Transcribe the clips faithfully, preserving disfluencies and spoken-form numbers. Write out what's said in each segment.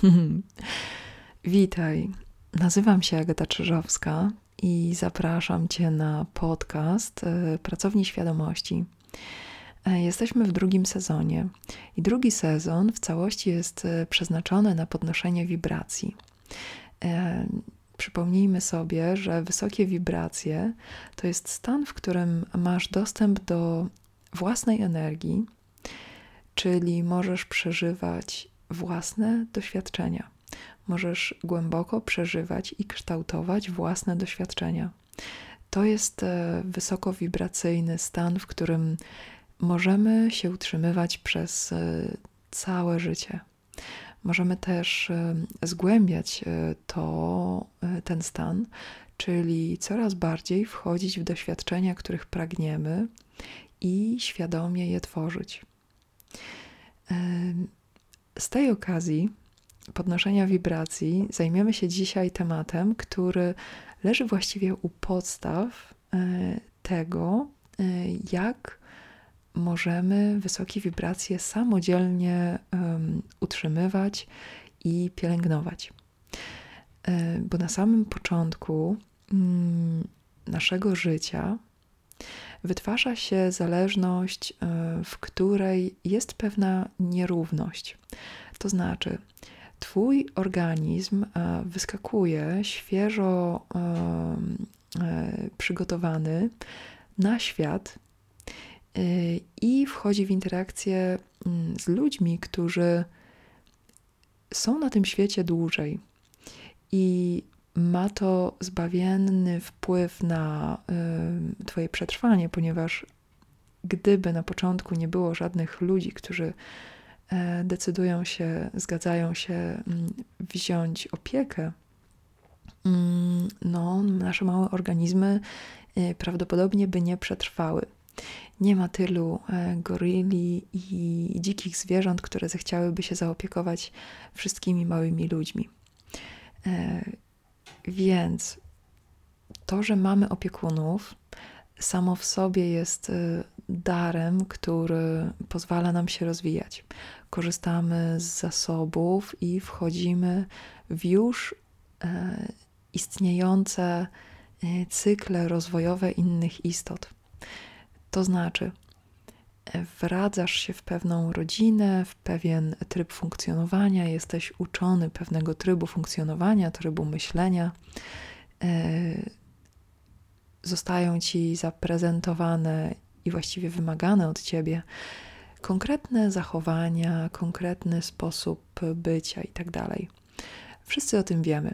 Witaj, nazywam się Agata Czyżowska i zapraszam Cię na podcast e, Pracowni Świadomości. E, Jesteśmy w drugim sezonie i drugi sezon w całości jest e, przeznaczony na podnoszenie wibracji. E, Przypomnijmy sobie, że wysokie wibracje to jest stan, w którym masz dostęp do własnej energii, czyli możesz przeżywać własne doświadczenia. Możesz głęboko przeżywać i kształtować własne doświadczenia. To jest wysokowibracyjny stan, w którym możemy się utrzymywać przez całe życie. Możemy też zgłębiać to, ten stan, czyli coraz bardziej wchodzić w doświadczenia, których pragniemy i świadomie je tworzyć. Z tej okazji podnoszenia wibracji zajmiemy się dzisiaj tematem, który leży właściwie u podstaw tego, jak możemy wysokie wibracje samodzielnie utrzymywać i pielęgnować. Bo na samym początku naszego życia wytwarza się zależność, w której jest pewna nierówność. To znaczy, Twój organizm wyskakuje świeżo przygotowany na świat i wchodzi w interakcję z ludźmi, którzy są na tym świecie dłużej. I ma to zbawienny wpływ na Twoje przetrwanie, ponieważ gdyby na początku nie było żadnych ludzi, którzy decydują się, zgadzają się wziąć opiekę, no, nasze małe organizmy prawdopodobnie by nie przetrwały. Nie ma tylu goryli i dzikich zwierząt, które zechciałyby się zaopiekować wszystkimi małymi ludźmi. Więc to, że mamy opiekunów, samo w sobie jest darem, który pozwala nam się rozwijać. Korzystamy z zasobów i wchodzimy w już e, istniejące cykle rozwojowe innych istot. To znaczy, wradzasz się w pewną rodzinę, w pewien tryb funkcjonowania, jesteś uczony pewnego trybu funkcjonowania, trybu myślenia. E, zostają ci zaprezentowane i właściwie wymagane od ciebie konkretne zachowania, konkretny sposób bycia i tak dalej. Wszyscy o tym wiemy.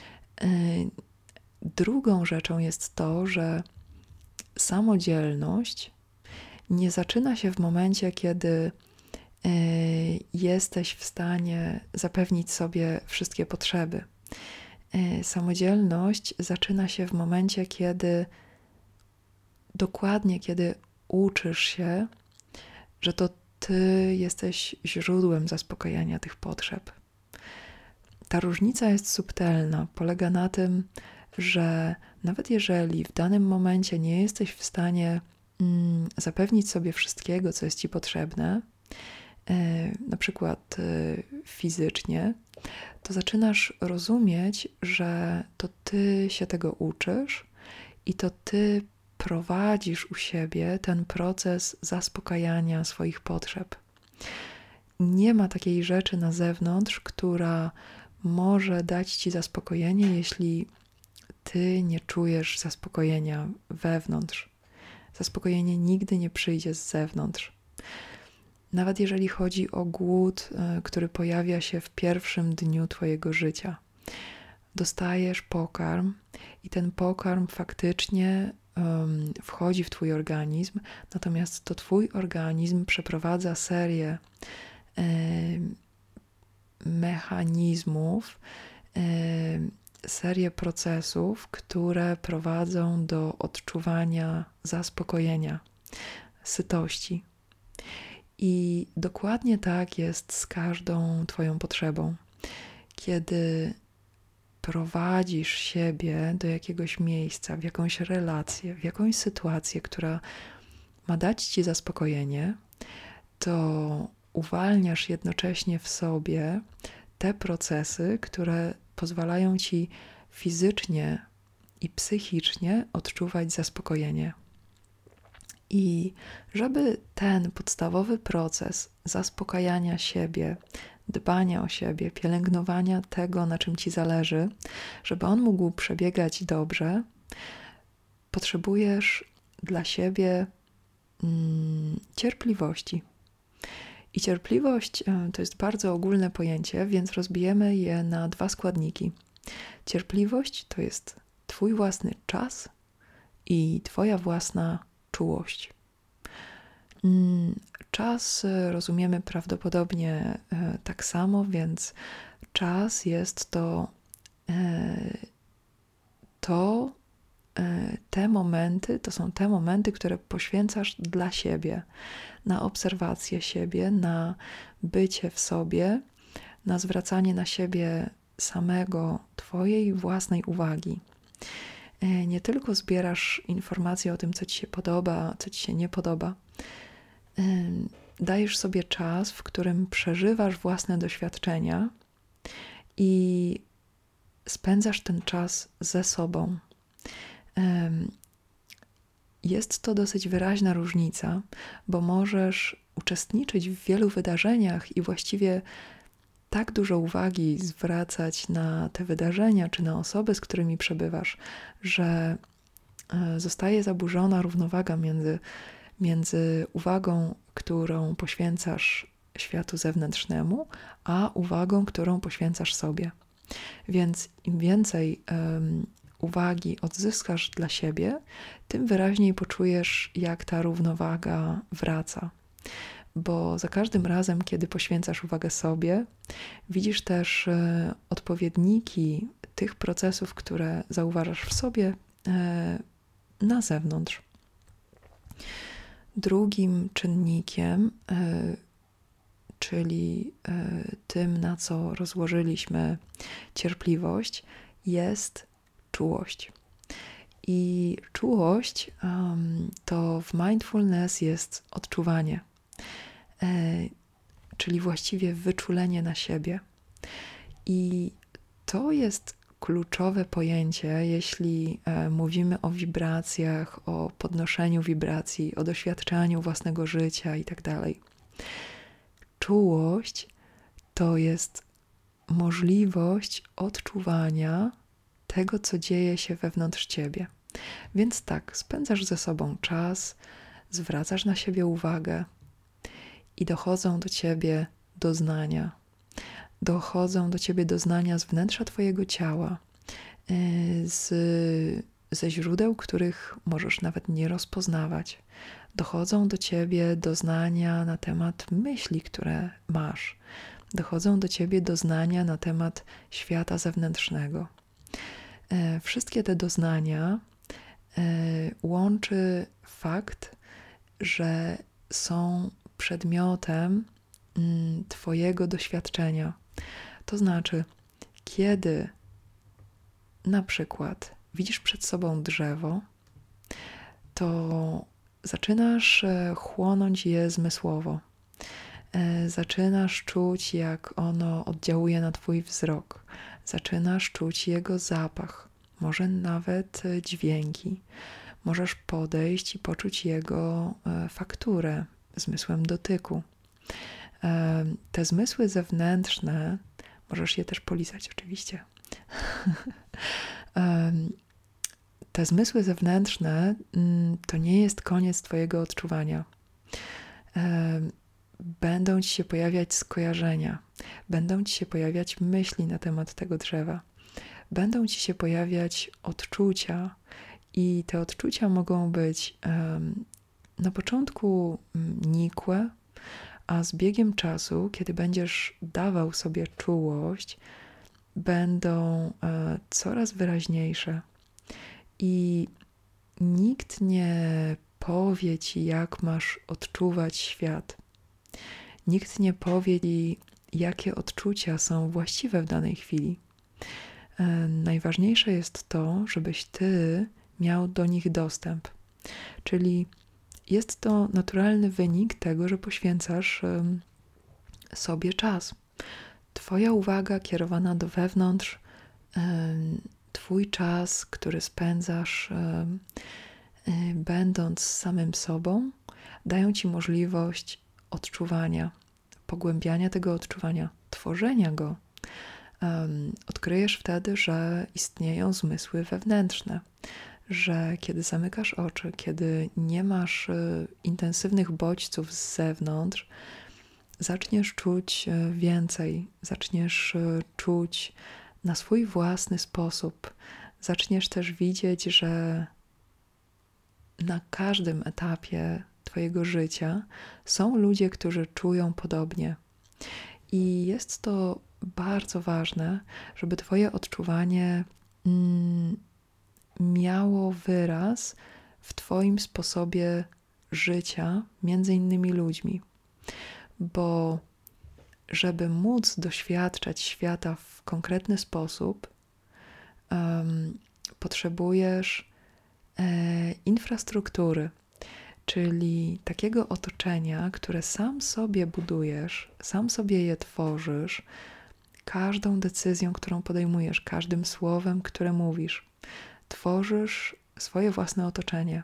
Drugą rzeczą jest to, że samodzielność nie zaczyna się w momencie, kiedy jesteś w stanie zapewnić sobie wszystkie potrzeby. Samodzielność zaczyna się w momencie, kiedy dokładnie, kiedy uczysz się, że to ty jesteś źródłem zaspokajania tych potrzeb. Ta różnica jest subtelna, polega na tym, że nawet jeżeli w danym momencie nie jesteś w stanie mm, zapewnić sobie wszystkiego, co jest ci potrzebne, yy, na przykład yy, fizycznie, to zaczynasz rozumieć, że to ty się tego uczysz i to ty prowadzisz u siebie ten proces zaspokajania swoich potrzeb. Nie ma takiej rzeczy na zewnątrz, która może dać ci zaspokojenie, jeśli ty nie czujesz zaspokojenia wewnątrz. Zaspokojenie nigdy nie przyjdzie z zewnątrz. Nawet jeżeli chodzi o głód, który pojawia się w pierwszym dniu twojego życia. Dostajesz pokarm i ten pokarm faktycznie um, wchodzi w twój organizm, natomiast to twój organizm przeprowadza serię um, mechanizmów, um, serię procesów, które prowadzą do odczuwania zaspokojenia, sytości. I dokładnie tak jest z każdą twoją potrzebą. Kiedy prowadzisz siebie do jakiegoś miejsca, w jakąś relację, w jakąś sytuację, która ma dać ci zaspokojenie, to uwalniasz jednocześnie w sobie te procesy, które pozwalają ci fizycznie i psychicznie odczuwać zaspokojenie. I żeby ten podstawowy proces zaspokajania siebie, dbania o siebie, pielęgnowania tego, na czym ci zależy, żeby on mógł przebiegać dobrze, potrzebujesz dla siebie mm, cierpliwości. I cierpliwość to jest bardzo ogólne pojęcie, więc rozbijemy je na dwa składniki. Cierpliwość to jest twój własny czas i twoja własna czułość. Czas rozumiemy prawdopodobnie tak samo, więc czas jest to to te momenty, to są te momenty, które poświęcasz dla siebie, na obserwację siebie, na bycie w sobie, na zwracanie na siebie samego, twojej własnej uwagi. Nie tylko zbierasz informacje o tym, co ci się podoba, co ci się nie podoba. Dajesz sobie czas, w którym przeżywasz własne doświadczenia i spędzasz ten czas ze sobą. Jest to dosyć wyraźna różnica, bo możesz uczestniczyć w wielu wydarzeniach i właściwie tak dużo uwagi zwracać na te wydarzenia czy na osoby, z którymi przebywasz, że zostaje zaburzona równowaga między, między uwagą, którą poświęcasz światu zewnętrznemu, a uwagą, którą poświęcasz sobie. Więc im więcej um, uwagi odzyskasz dla siebie, tym wyraźniej poczujesz, jak ta równowaga wraca. Bo za każdym razem, kiedy poświęcasz uwagę sobie, widzisz też e, odpowiedniki tych procesów, które zauważasz w sobie e, na zewnątrz. Drugim czynnikiem, e, czyli e, tym, na co rozłożyliśmy cierpliwość, jest czułość. I czułość um, to w mindfulness jest odczuwanie, e, czyli właściwie wyczulenie na siebie. I to jest kluczowe pojęcie, jeśli e, mówimy o wibracjach, o podnoszeniu wibracji, o doświadczaniu własnego życia itd. Czułość to jest możliwość odczuwania tego, co dzieje się wewnątrz ciebie. Więc tak, spędzasz ze sobą czas, zwracasz na siebie uwagę i dochodzą do ciebie doznania. Dochodzą do ciebie doznania z wnętrza twojego ciała, z, ze źródeł, których możesz nawet nie rozpoznawać. Dochodzą do ciebie doznania na temat myśli, które masz. Dochodzą do ciebie doznania na temat świata zewnętrznego. Wszystkie te doznania łączy fakt, że są przedmiotem twojego doświadczenia. To znaczy, kiedy na przykład widzisz przed sobą drzewo, to zaczynasz chłonąć je zmysłowo. Zaczynasz czuć, jak ono oddziałuje na twój wzrok. Zaczynasz czuć jego zapach, może nawet dźwięki. Możesz podejść i poczuć jego fakturę zmysłem dotyku. Te zmysły zewnętrzne, możesz je też polizać oczywiście. Te zmysły zewnętrzne to nie jest koniec twojego odczuwania. Będą ci się pojawiać skojarzenia, będą ci się pojawiać myśli na temat tego drzewa, będą ci się pojawiać odczucia i te odczucia mogą być um, na początku nikłe, a z biegiem czasu, kiedy będziesz dawał sobie czułość, będą e, coraz wyraźniejsze i nikt nie powie ci, jak masz odczuwać świat. Nikt nie powie ci, jakie odczucia są właściwe w danej chwili. E, najważniejsze jest to, żebyś ty miał do nich dostęp. Czyli jest to naturalny wynik tego, że poświęcasz e, sobie czas. Twoja uwaga kierowana do wewnątrz, Twój czas, który spędzasz będąc samym sobą, dają Ci możliwość odczuwania, pogłębiania tego odczuwania, tworzenia go. Odkryjesz wtedy, że istnieją zmysły wewnętrzne, że kiedy zamykasz oczy, kiedy nie masz intensywnych bodźców z zewnątrz, zaczniesz czuć więcej, zaczniesz czuć na swój własny sposób. Zaczniesz też widzieć, że na każdym etapie Twojego życia są ludzie, którzy czują podobnie. I jest to bardzo ważne, żeby Twoje odczuwanie mm, miało wyraz w Twoim sposobie życia między innymi ludźmi. Bo żeby móc doświadczać świata w konkretny sposób, um, potrzebujesz e, infrastruktury, czyli takiego otoczenia, które sam sobie budujesz, sam sobie je tworzysz, każdą decyzją, którą podejmujesz, każdym słowem, które mówisz. Tworzysz swoje własne otoczenie.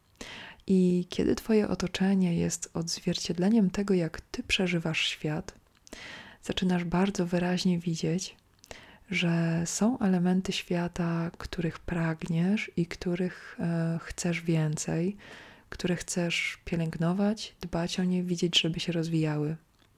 I kiedy Twoje otoczenie jest odzwierciedleniem tego, jak Ty przeżywasz świat, zaczynasz bardzo wyraźnie widzieć, że są elementy świata, których pragniesz i których e, chcesz więcej, które chcesz pielęgnować, dbać o nie, widzieć, żeby się rozwijały.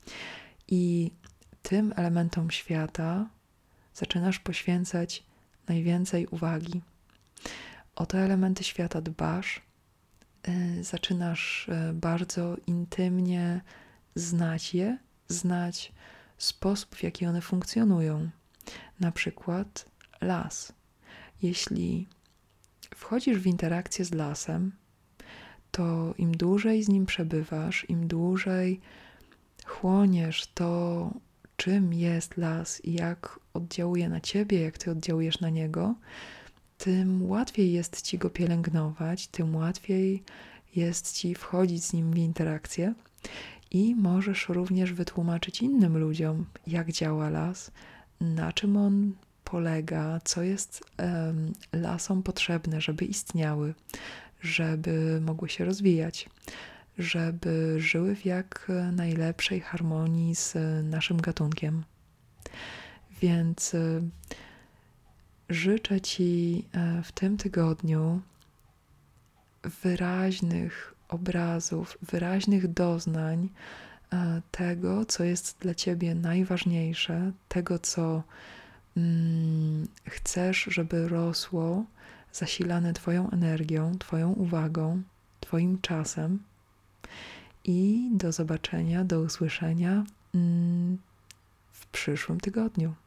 I tym elementom świata zaczynasz poświęcać najwięcej uwagi. O te elementy świata dbasz, y, zaczynasz y, bardzo intymnie znać je, znać sposób, w jaki one funkcjonują. Na przykład las. Jeśli wchodzisz w interakcję z lasem, to im dłużej z nim przebywasz, im dłużej chłoniesz to, czym jest las i jak oddziałuje na ciebie, jak ty oddziałujesz na niego, tym łatwiej jest ci go pielęgnować, tym łatwiej jest ci wchodzić z nim w interakcję i możesz również wytłumaczyć innym ludziom, jak działa las, na czym on polega, co jest um, lasom potrzebne, żeby istniały, żeby mogły się rozwijać, żeby żyły w jak najlepszej harmonii z naszym gatunkiem. Więc życzę Ci w tym tygodniu wyraźnych obrazów, wyraźnych doznań tego, co jest dla Ciebie najważniejsze, tego, co mm, chcesz, żeby rosło, zasilane Twoją energią, Twoją uwagą, Twoim czasem. I do zobaczenia, do usłyszenia mm, w przyszłym tygodniu.